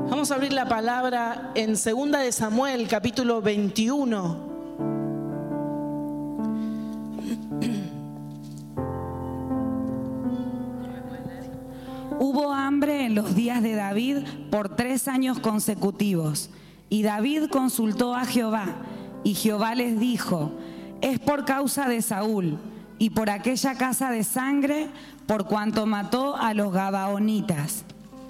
Vamos a abrir la palabra en 2 de Samuel, capítulo 21. Hubo hambre en los días de David por 3 años consecutivos. Y David consultó a Jehová, y Jehová les dijo: es por causa de Saúl y por aquella casa de sangre, por cuanto mató a los Gabaonitas.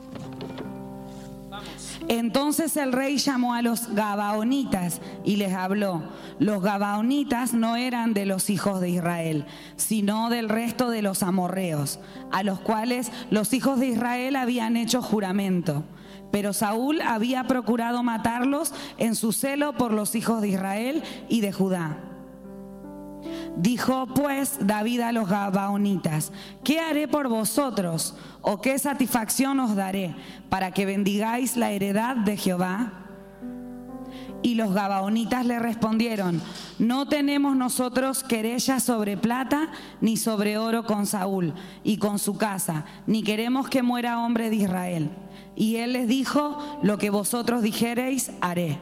Entonces el rey llamó a los Gabaonitas y les habló. Los Gabaonitas no eran de los hijos de Israel, sino del resto de los amorreos, a los cuales los hijos de Israel habían hecho juramento. Pero Saúl había procurado matarlos en su celo por los hijos de Israel y de Judá. Dijo pues David a los Gabaonitas: ¿qué haré por vosotros? ¿O qué satisfacción os daré para que bendigáis la heredad de Jehová? Y los Gabaonitas le respondieron: no tenemos nosotros querella sobre plata ni sobre oro con Saúl y con su casa, ni queremos que muera hombre de Israel. Y él les dijo: lo que vosotros dijereis haré.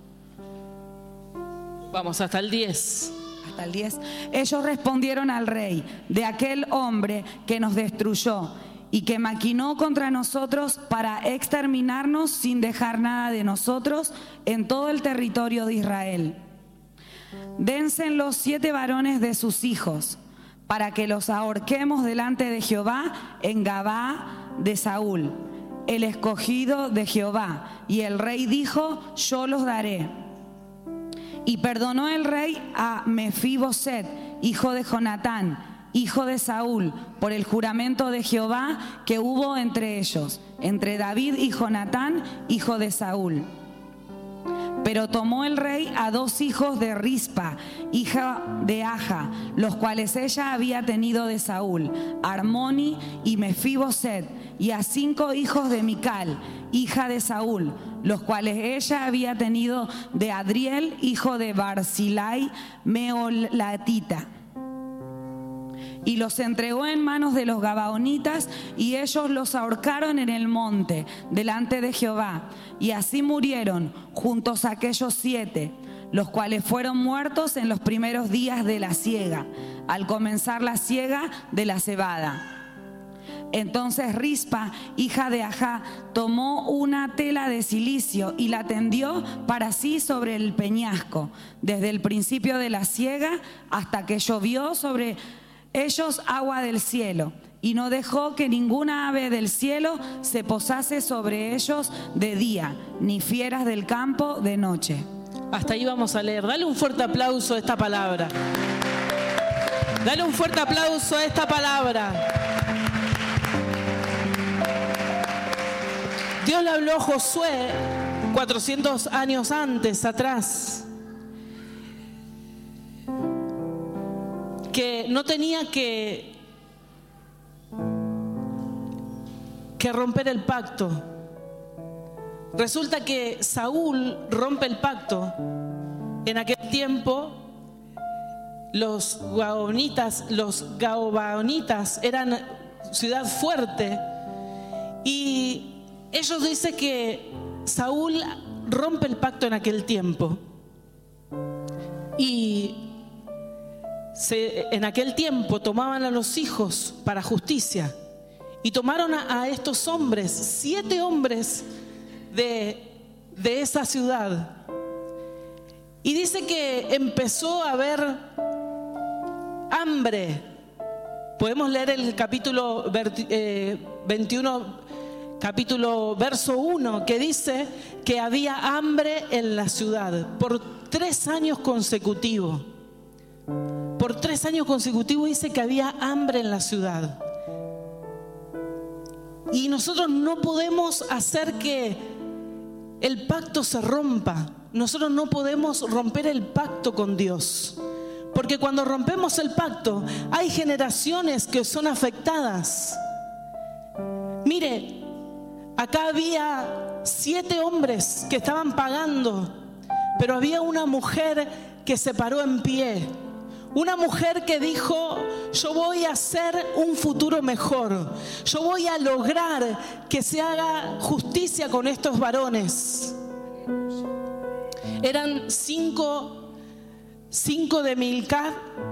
Vamos hasta el 10. Hasta el 10. Ellos respondieron al rey: de aquel hombre que nos destruyó y que maquinó contra nosotros para exterminarnos sin dejar nada de nosotros en todo el territorio de Israel. Dense los 7 varones de sus hijos, para que los ahorquemos delante de Jehová en Gabá de Saúl, el escogido de Jehová. Y el rey dijo: yo los daré. Y perdonó el rey a Mefiboset, hijo de Jonatán, hijo de Saúl, por el juramento de Jehová que hubo entre ellos, entre David y Jonatán, hijo de Saúl. Pero tomó el rey a 2 hijos de Rispa, hija de Aja, los cuales ella había tenido de Saúl, Armoni y Mefiboset, y a 5 hijos de Mical, hija de Saúl, los cuales ella había tenido de Adriel, hijo de Barzilai, Meolatita. Y los entregó en manos de los Gabaonitas, y ellos los ahorcaron en el monte, delante de Jehová. Y así murieron juntos aquellos 7, los cuales fueron muertos en los primeros días de la siega, al comenzar la siega de la cebada. Entonces Rispa, hija de Ajá, tomó una tela de cilicio y la tendió para sí sobre el peñasco, desde el principio de la siega hasta que llovió sobre ellos agua del cielo, y no dejó que ninguna ave del cielo se posase sobre ellos de día, ni fieras del campo de noche. Hasta ahí vamos a leer. Dale un fuerte aplauso a esta palabra. Dale un fuerte aplauso a esta palabra. Dios le habló a Josué 400 años atrás, que no tenía que romper el pacto. Resulta que Saúl rompe el pacto. En aquel tiempo los Gabaonitas eran ciudad fuerte, y ellos dicen que Saúl rompe el pacto en aquel tiempo. Y en aquel tiempo tomaban a los hijos para justicia, y tomaron a estos hombres, 7 hombres de esa ciudad. Y dice que empezó a haber hambre. Podemos leer el capítulo 21, capítulo verso 1, que dice que había hambre en la ciudad por 3 años consecutivos. Por 3 años consecutivos dice que había hambre en la ciudad. Y nosotros no podemos hacer que el pacto se rompa. Nosotros no podemos romper el pacto con Dios. Porque cuando rompemos el pacto, hay generaciones que son afectadas. Mire, acá había 7 hombres que estaban pagando, pero había una mujer que se paró en pie. Una mujer que dijo: yo voy a hacer un futuro mejor. Yo voy a lograr que se haga justicia con estos varones. Eran 5 de Milcá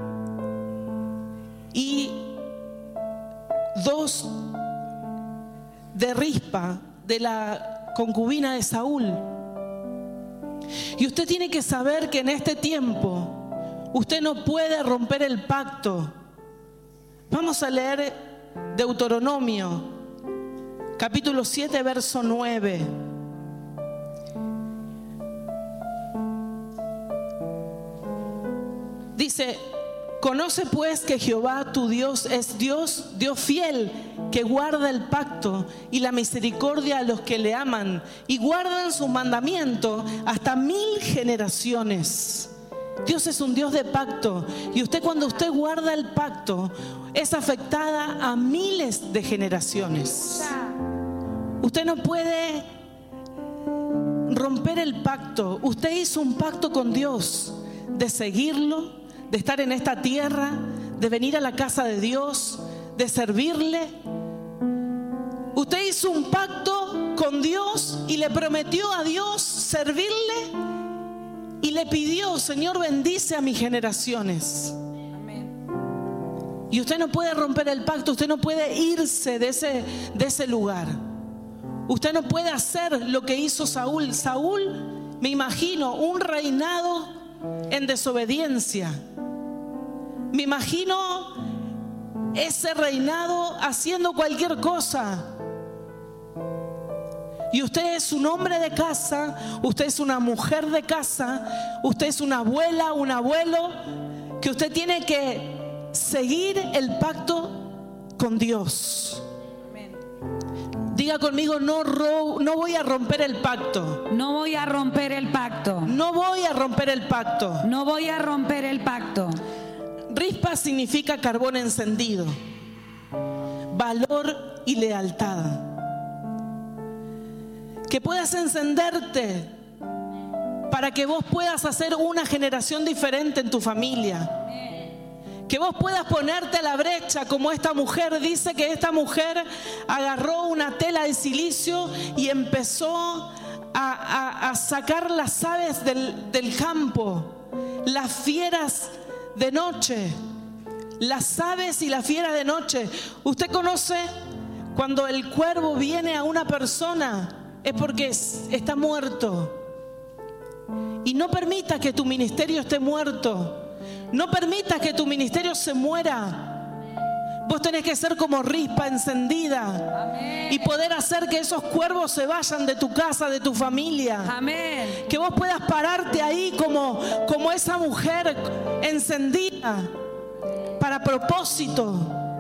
y 2 de Rispa, de la concubina de Saúl. Y usted tiene que saber que en este tiempo usted no puede romper el pacto. Vamos a leer Deuteronomio, capítulo 7, verso 9. Dice: conoce pues que Jehová tu Dios es Dios fiel, que guarda el pacto y la misericordia a los que le aman y guardan su mandamiento hasta 1000 generaciones. Dios es un Dios de pacto, y cuando usted guarda el pacto es afectada a miles de generaciones. Usted no puede romper el pacto. Usted hizo un pacto con Dios de seguirlo, de estar en esta tierra, de venir a la casa de Dios, de servirle. Usted hizo un pacto con Dios y le prometió a Dios servirle y le pidió: Señor, bendice a mis generaciones. Amén. Y usted no puede romper el pacto. Usted no puede irse de ese lugar. Usted no puede hacer lo que hizo Saúl. Saúl, me imagino, un reinado en desobediencia. Me imagino ese reinado haciendo cualquier cosa. Y usted es un hombre de casa, usted es una mujer de casa, usted es una abuela, un abuelo, que usted tiene que seguir el pacto con Dios. Diga conmigo: no voy a romper el pacto. No voy a romper el pacto. No voy a romper el pacto. No voy a romper el pacto. Rispa significa carbón encendido, valor y lealtad. Que puedas encenderte para que vos puedas hacer una generación diferente en tu familia. Que vos puedas ponerte a la brecha como esta mujer. Dice que esta mujer agarró una tela de silicio y empezó a sacar las aves del campo, las fieras de noche, las aves y las fieras de noche. Usted conoce cuando el cuervo viene a una persona, es porque está muerto. Y no permita que tu ministerio esté muerto. No permitas que tu ministerio se muera. Vos tenés que ser como Rispa encendida. Amén. Y poder hacer que esos cuervos se vayan de tu casa, de tu familia. Amén. Que vos puedas pararte ahí como esa mujer encendida para propósito,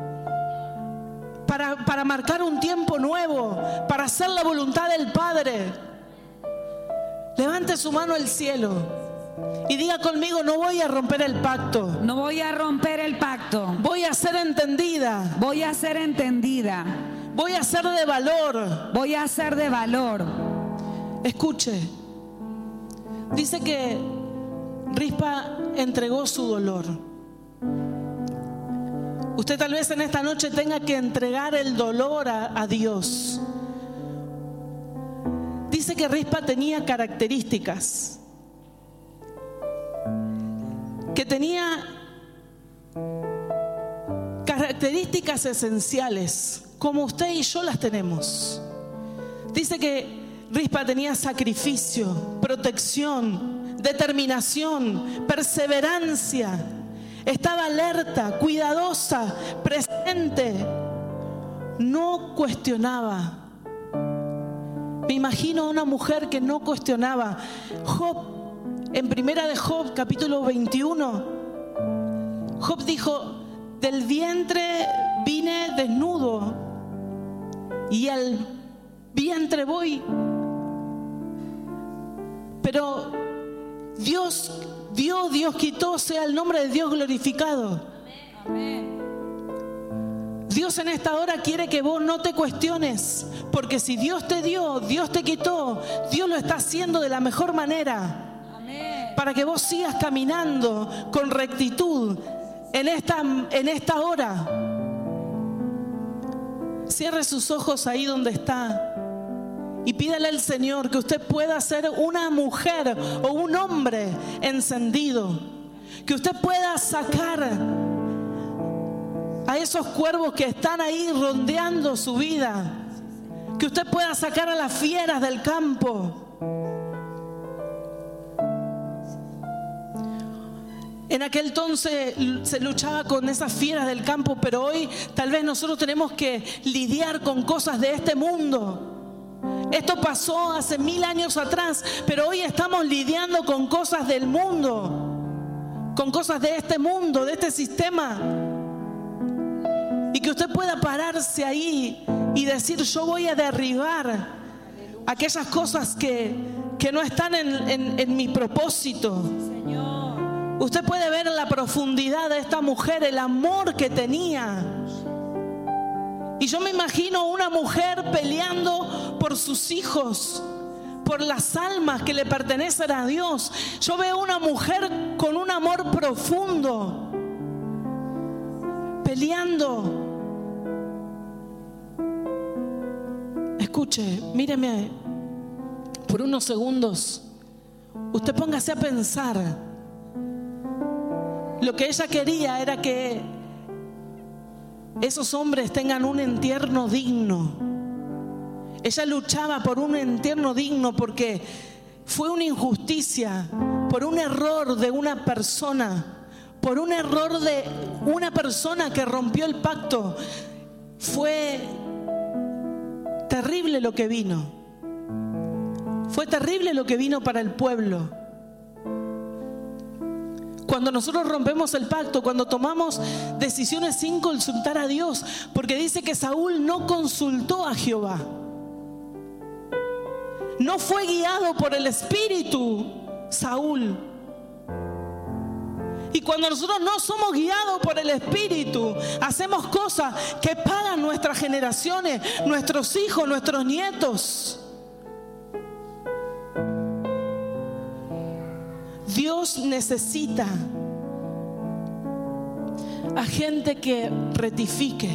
para marcar un tiempo nuevo, para hacer la voluntad del Padre. Levante su mano al cielo y diga conmigo: no voy a romper el pacto. No voy a romper el pacto. Voy a ser entendida. Voy a ser entendida. Voy a ser de valor. Voy a ser de valor. Escuche. Dice que Rispa entregó su dolor. Usted tal vez en esta noche tenga que entregar el dolor a Dios. Dice que Rispa tenía características, que tenía características esenciales, como usted y yo las tenemos. Dice que Rispa tenía sacrificio, protección, determinación, perseverancia. Estaba alerta, cuidadosa, presente. No cuestionaba. Me imagino a una mujer que no cuestionaba. Job, en primera de Job, capítulo 21, Job dijo: del vientre vine desnudo y al vientre voy. Pero Dios dio, Dios quitó, sea el nombre de Dios glorificado. Amén. Dios en esta hora quiere que vos no te cuestiones, porque si Dios te dio, Dios te quitó, Dios lo está haciendo de la mejor manera. Amén. Para que vos sigas caminando con rectitud, en esta hora, cierre sus ojos ahí donde está y pídale al Señor que usted pueda ser una mujer o un hombre encendido, que usted pueda sacar a esos cuervos que están ahí rondeando su vida, que usted pueda sacar a las fieras del campo. En aquel entonces se luchaba con esas fieras del campo, pero hoy tal vez nosotros tenemos que lidiar con cosas de este mundo. Esto pasó hace 1000 años atrás, pero hoy estamos lidiando con cosas del mundo, con cosas de este mundo, de este sistema. Y que usted pueda pararse ahí y decir: yo voy a derribar aquellas cosas que no están en mi propósito. Usted puede ver la profundidad de esta mujer, el amor que tenía. Y yo me imagino una mujer peleando por sus hijos, por las almas que le pertenecen a Dios. Yo veo una mujer con un amor profundo, peleando. Escuche, míreme por unos segundos. Usted póngase a pensar. Lo que ella quería era que esos hombres tengan un entierro digno. Ella luchaba por un entierro digno porque fue una injusticia, por un error de una persona, por un error de una persona que rompió el pacto. Fue terrible lo que vino. Fue terrible lo que vino para el pueblo. Cuando nosotros rompemos el pacto, cuando tomamos decisiones sin consultar a Dios, porque dice que Saúl no consultó a Jehová, no fue guiado por el Espíritu Saúl. Y cuando nosotros no somos guiados por el Espíritu, hacemos cosas que pagan nuestras generaciones, nuestros hijos, nuestros nietos. Dios necesita a gente que rectifique.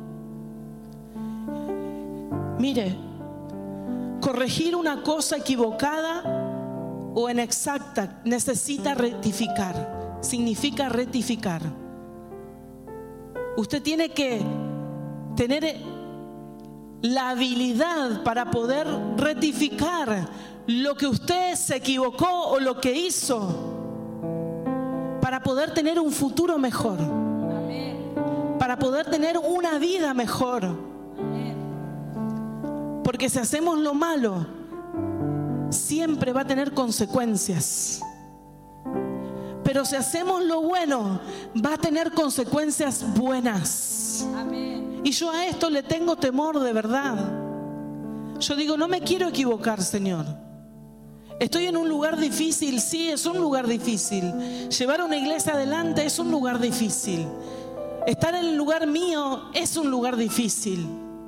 Mire, corregir una cosa equivocada o inexacta necesita rectificar. Significa rectificar. Usted tiene que tener la habilidad para poder rectificar lo que usted se equivocó o lo que hizo, para poder tener un futuro mejor. Amén. Para poder tener una vida mejor. Amén. Porque si hacemos lo malo, siempre va a tener consecuencias. Pero si hacemos lo bueno, va a tener consecuencias buenas. Amén. Y yo a esto le tengo temor de verdad. Yo digo: no me quiero equivocar, Señor. Estoy en un lugar difícil, sí, es un lugar difícil. Llevar una iglesia adelante es un lugar difícil. Estar en el lugar mío es un lugar difícil.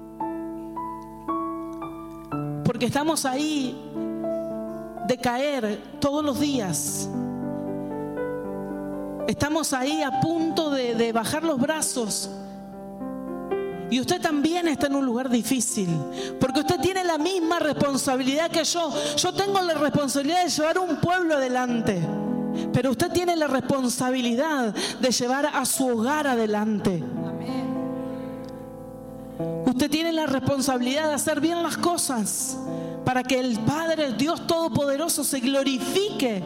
Porque estamos ahí de caer todos los días. Estamos ahí a punto de bajar los brazos. Y usted también está en un lugar difícil, porque usted tiene la misma responsabilidad que yo. Yo tengo la responsabilidad de llevar un pueblo adelante, pero usted tiene la responsabilidad de llevar a su hogar adelante. Amén. Usted tiene la responsabilidad de hacer bien las cosas para que el Padre, el Dios Todopoderoso, se glorifique.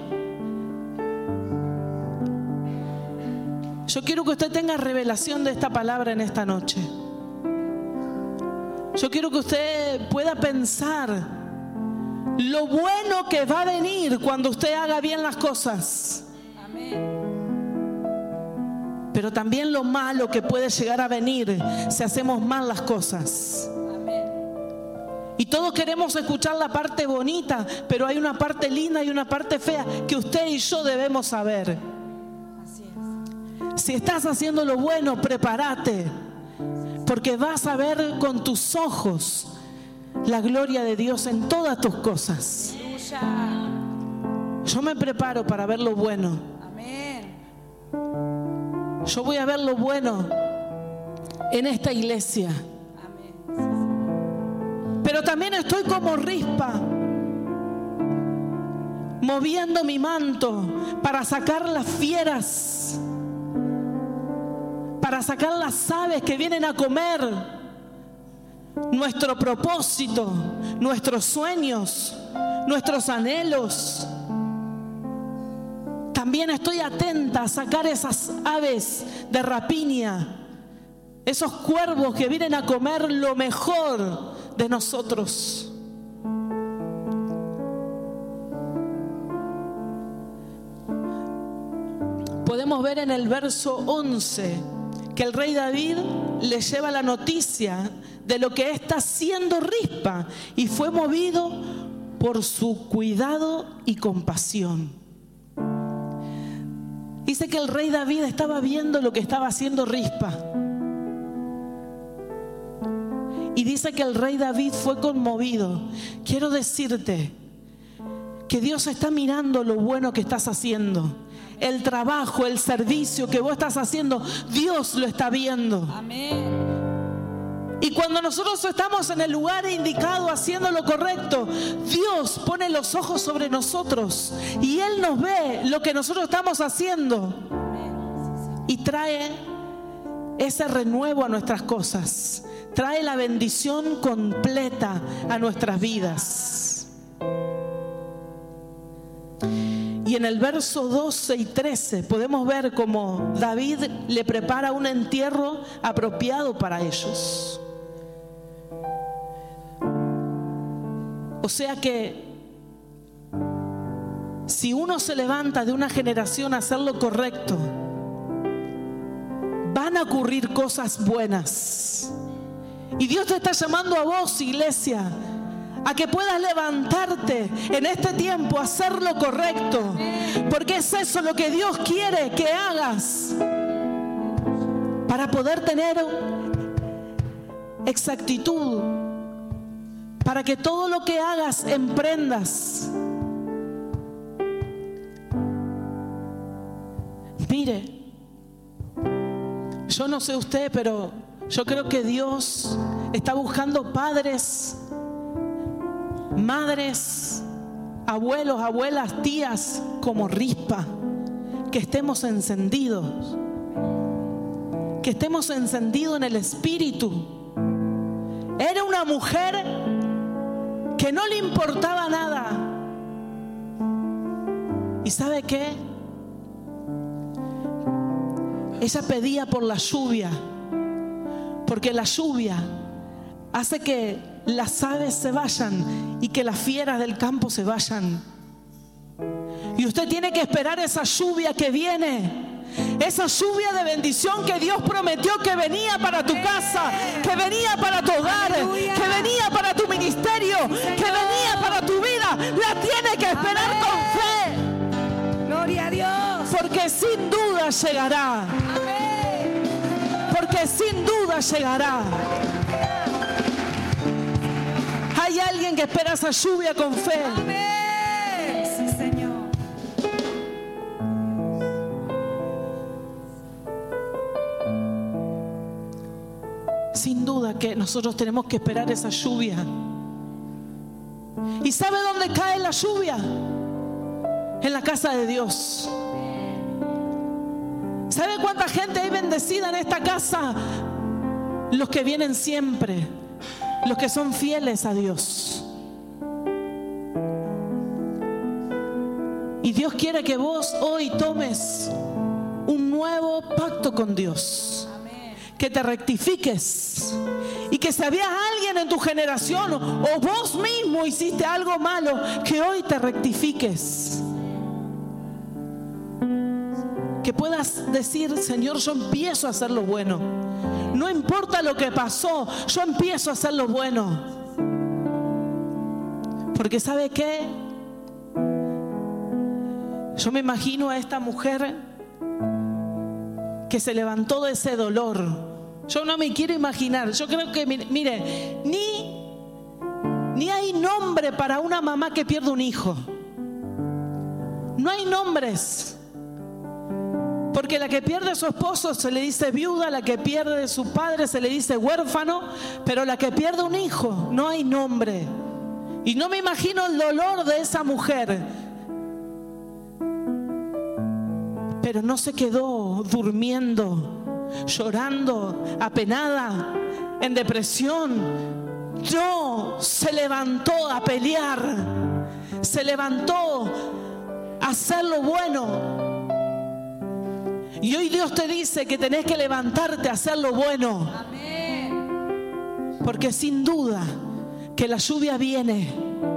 Yo quiero que usted tenga revelación de esta palabra en esta noche. Yo quiero que usted pueda pensar lo bueno que va a venir cuando usted haga bien las cosas. Amén. Pero también lo malo que puede llegar a venir si hacemos mal las cosas. Amén. Y todos queremos escuchar la parte bonita, pero hay una parte linda y una parte fea que usted y yo debemos saber. Así es. Si estás haciendo lo bueno, prepárate. Porque vas a ver con tus ojos la gloria de Dios en todas tus cosas. Yo me preparo para ver lo bueno. yo voy a ver lo bueno en esta iglesia. Pero también estoy como Rispa, moviendo mi manto para sacar las fieras, para sacar las aves que vienen a comer nuestro propósito, nuestros sueños, nuestros anhelos. También estoy atenta a sacar esas aves de rapiña, esos cuervos que vienen a comer lo mejor de nosotros. Podemos ver en el verso 11 que el rey David le lleva la noticia de lo que está haciendo Rispa y fue movido por su cuidado y compasión. Dice que el rey David estaba viendo lo que estaba haciendo Rispa. Y dice que el rey David fue conmovido. Quiero decirte que Dios está mirando lo bueno que estás haciendo. El trabajo, el servicio que vos estás haciendo, Dios lo está viendo. Amén. Y cuando nosotros estamos en el lugar indicado haciendo lo correcto, Dios pone los ojos sobre nosotros y Él nos ve lo que nosotros estamos haciendo y trae ese renuevo a nuestras cosas, trae la bendición completa a nuestras vidas. Y en el verso 12 y 13 podemos ver cómo David le prepara un entierro apropiado para ellos. O sea que si uno se levanta de una generación a hacer lo correcto, van a ocurrir cosas buenas. Y Dios te está llamando a vos, iglesia, a que puedas levantarte en este tiempo a hacer lo correcto, porque es eso lo que Dios quiere que hagas para poder tener exactitud, para que todo lo que hagas emprendas. Mire, yo no sé usted, pero yo creo que Dios está buscando padres, madres, abuelos, abuelas, tías como Rispa, que estemos encendidos, que estemos encendidos en el espíritu. Era una mujer que no le importaba nada. ¿Y sabe qué? Ella pedía por la lluvia, porque la lluvia hace que las aves se vayan y que las fieras del campo se vayan. Y usted tiene que esperar esa lluvia que viene, esa lluvia de bendición que Dios prometió que venía para tu casa, que venía para tu hogar, que venía para tu ministerio, que venía para tu vida. La tiene que esperar con fe. Gloria a Dios. Porque sin duda llegará. Porque sin duda llegará. Hay alguien que espera esa lluvia con fe. Amén. Sí, Señor. Sin duda que nosotros tenemos que esperar esa lluvia. ¿Y sabe dónde cae la lluvia? En la casa de Dios. ¿Sabe cuánta gente hay bendecida en esta casa? Los que vienen siempre, los que son fieles a Dios. Y Dios quiere que vos hoy tomes un nuevo pacto con Dios. Que te rectifiques y que si había alguien en tu generación o vos mismo hiciste algo malo, que hoy te rectifiques. Que puedas decir: Señor, yo empiezo a hacer lo bueno. No importa lo que pasó, yo empiezo a hacer lo bueno. Porque ¿sabe qué? Yo me imagino a esta mujer que se levantó de ese dolor. Yo no me quiero imaginar. Yo creo que, mire, ni hay nombre para una mamá que pierde un hijo. No hay nombres. Porque la que pierde a su esposo se le dice viuda, la que pierde a su padre se le dice huérfano, pero la que pierde un hijo no hay nombre. Y no me imagino el dolor de esa mujer. Pero no se quedó durmiendo, llorando, apenada, en depresión. No, se levantó a pelear, se levantó a hacer lo bueno. Y hoy Dios te dice que tenés que levantarte a hacer lo bueno. Amén. Porque sin duda que la lluvia viene.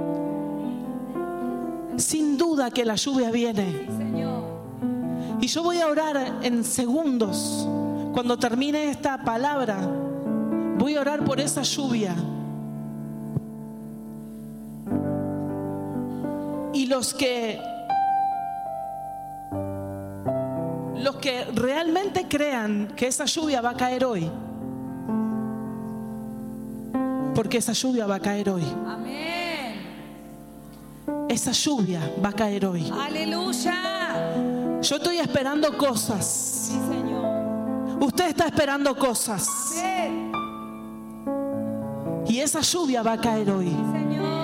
Sin duda que la lluvia viene. Sí, Señor. Y yo voy a orar en segundos. Cuando termine esta palabra, voy a orar por esa lluvia. Y los que realmente crean que esa lluvia va a caer hoy, porque esa lluvia va a caer hoy. Amén. Esa lluvia va a caer hoy. Aleluya. Yo estoy esperando cosas. Sí, Señor. Usted está esperando cosas. Amén. Y esa lluvia va a caer hoy. Señor.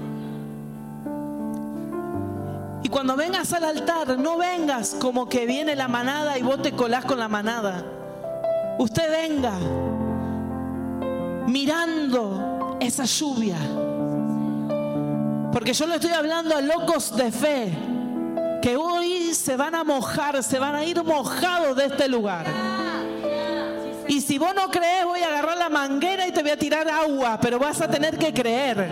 Y cuando vengas al altar, no vengas como que viene la manada y vos te colás con la manada. Usted venga mirando esa lluvia. Porque yo le estoy hablando a locos de fe que hoy se van a mojar, se van a ir mojados de este lugar. Y si vos no crees, voy a agarrar la manguera y te voy a tirar agua, pero vas a tener que creer.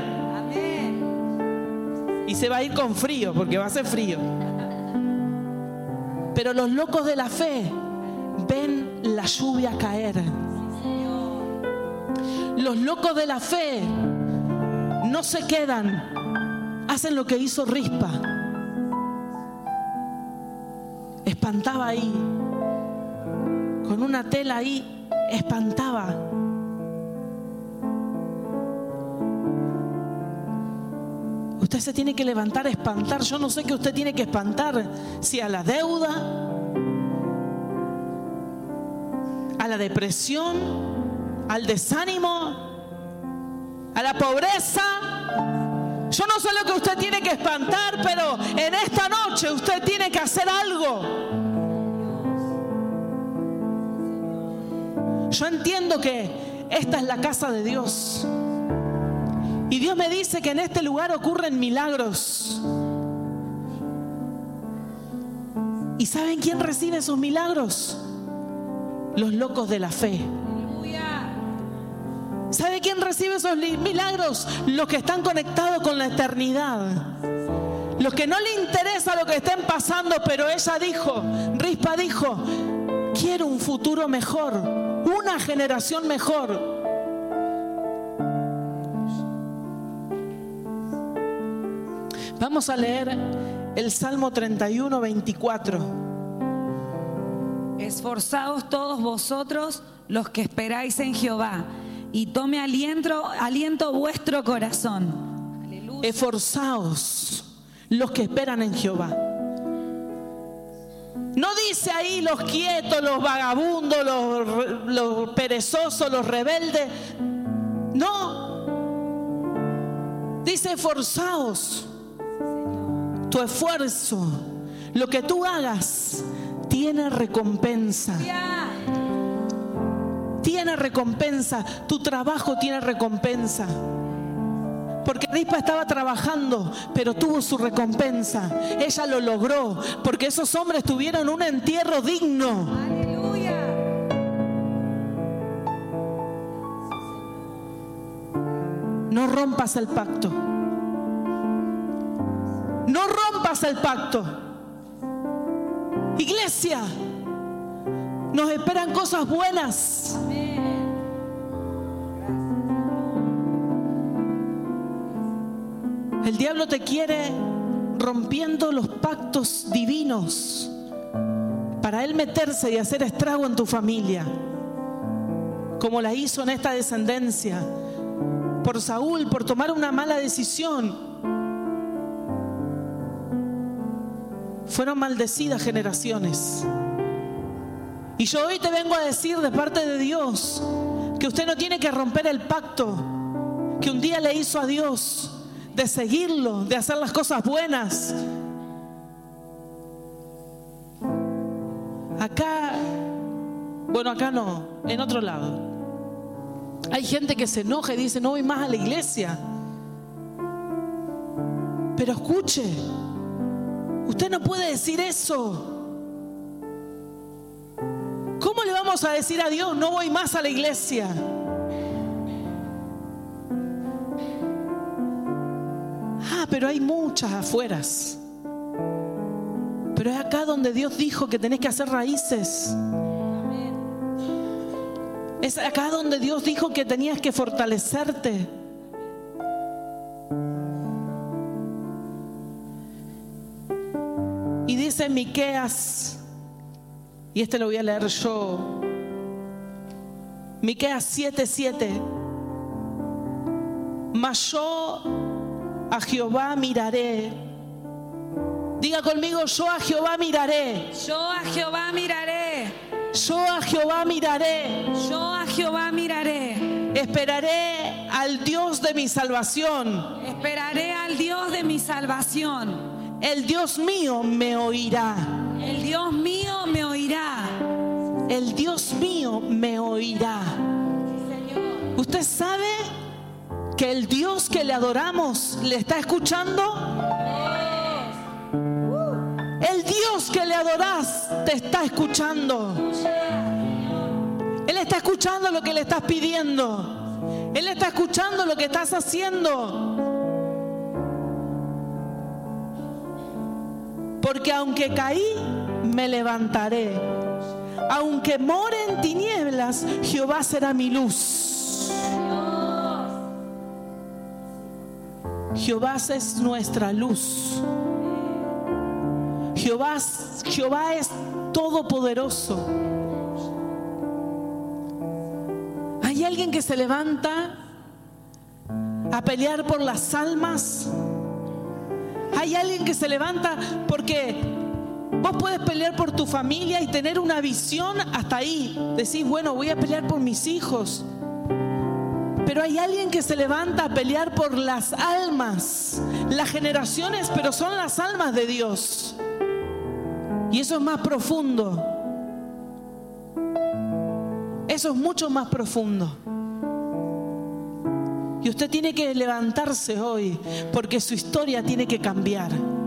Amén. Y se va a ir con frío, porque va a ser frío. Pero los locos de la fe ven la lluvia caer. Los locos de la fe no se quedan, hacen lo que hizo Rispa. Espantaba ahí, con una tela ahí, espantaba. Usted se tiene que levantar a espantar. Yo no sé qué usted tiene que espantar. Si a la deuda, a la depresión, al desánimo, a la pobreza. Yo no sé lo que usted tiene que espantar, pero en esta noche usted tiene que hacer algo. Yo entiendo que esta es la casa de Dios. Y Dios me dice que en este lugar ocurren milagros. ¿Y saben quién recibe esos milagros? Los locos de la fe. ¿Sabe quién recibe esos milagros? Los que están conectados con la eternidad. Los que no le interesa lo que estén pasando, pero ella dijo, Rispa dijo, quiero un futuro mejor, una generación mejor. Vamos a leer el Salmo 31, 24. Esforzaos todos vosotros los que esperáis en Jehová, y tome aliento vuestro corazón. Aleluya. Esforzaos los que esperan en Jehová. No dice ahí los quietos, los vagabundos, los perezosos, los rebeldes. No. Dice esforzaos. Tu esfuerzo, lo que tú hagas, tiene recompensa. Tiene recompensa. Tu trabajo tiene recompensa. Porque Rispa estaba trabajando, pero tuvo su recompensa. Ella lo logró, porque esos hombres tuvieron un entierro digno. Aleluya. No rompas el pacto. No rompas el pacto. Iglesia, nos esperan cosas buenas. El diablo te quiere rompiendo los pactos divinos para él meterse y hacer estrago en tu familia, como la hizo en esta descendencia por Saúl, por tomar una mala decisión. Fueron maldecidas generaciones. Y yo hoy te vengo a decir de parte de Dios que usted no tiene que romper el pacto que un día le hizo a Dios de seguirlo, de hacer las cosas buenas. Acá no, en otro lado. Hay gente que se enoja y dice: no voy más a la iglesia. Pero escuche, usted no puede decir eso. ¿Cómo le vamos a decir a Dios: no voy más a la iglesia? Pero hay muchas afueras. Pero es acá donde Dios dijo que tenés que hacer raíces. Es acá donde Dios dijo que tenías que fortalecerte. Y dice Miqueas, y este lo voy a leer yo, Miqueas 7:7: mas yo a Jehová miraré. Diga conmigo: yo a Jehová miraré. Yo a Jehová miraré. Yo a Jehová miraré. Yo a Jehová miraré. Esperaré al Dios de mi salvación. Esperaré al Dios de mi salvación. El Dios mío me oirá. El Dios mío me oirá. El Dios mío me oirá. ¿Usted sabe que el Dios que le adoramos le está escuchando? El Dios que le adorás te está escuchando. Él está escuchando lo que le estás pidiendo. Él está escuchando lo que estás haciendo. Porque aunque caí, me levantaré. Aunque more en tinieblas, Jehová será mi luz. Jehová es nuestra luz. Jehová es todopoderoso. ¿Hay alguien que se levanta a pelear por las almas? ¿Hay alguien que se levanta porque vos puedes pelear por tu familia y tener una visión hasta ahí? Decís: bueno, voy a pelear por mis hijos. Pero hay alguien que se levanta a pelear por las almas, las generaciones, pero son las almas de Dios. Y eso es más profundo. Eso es mucho más profundo. Y usted tiene que levantarse hoy, porque su historia tiene que cambiar.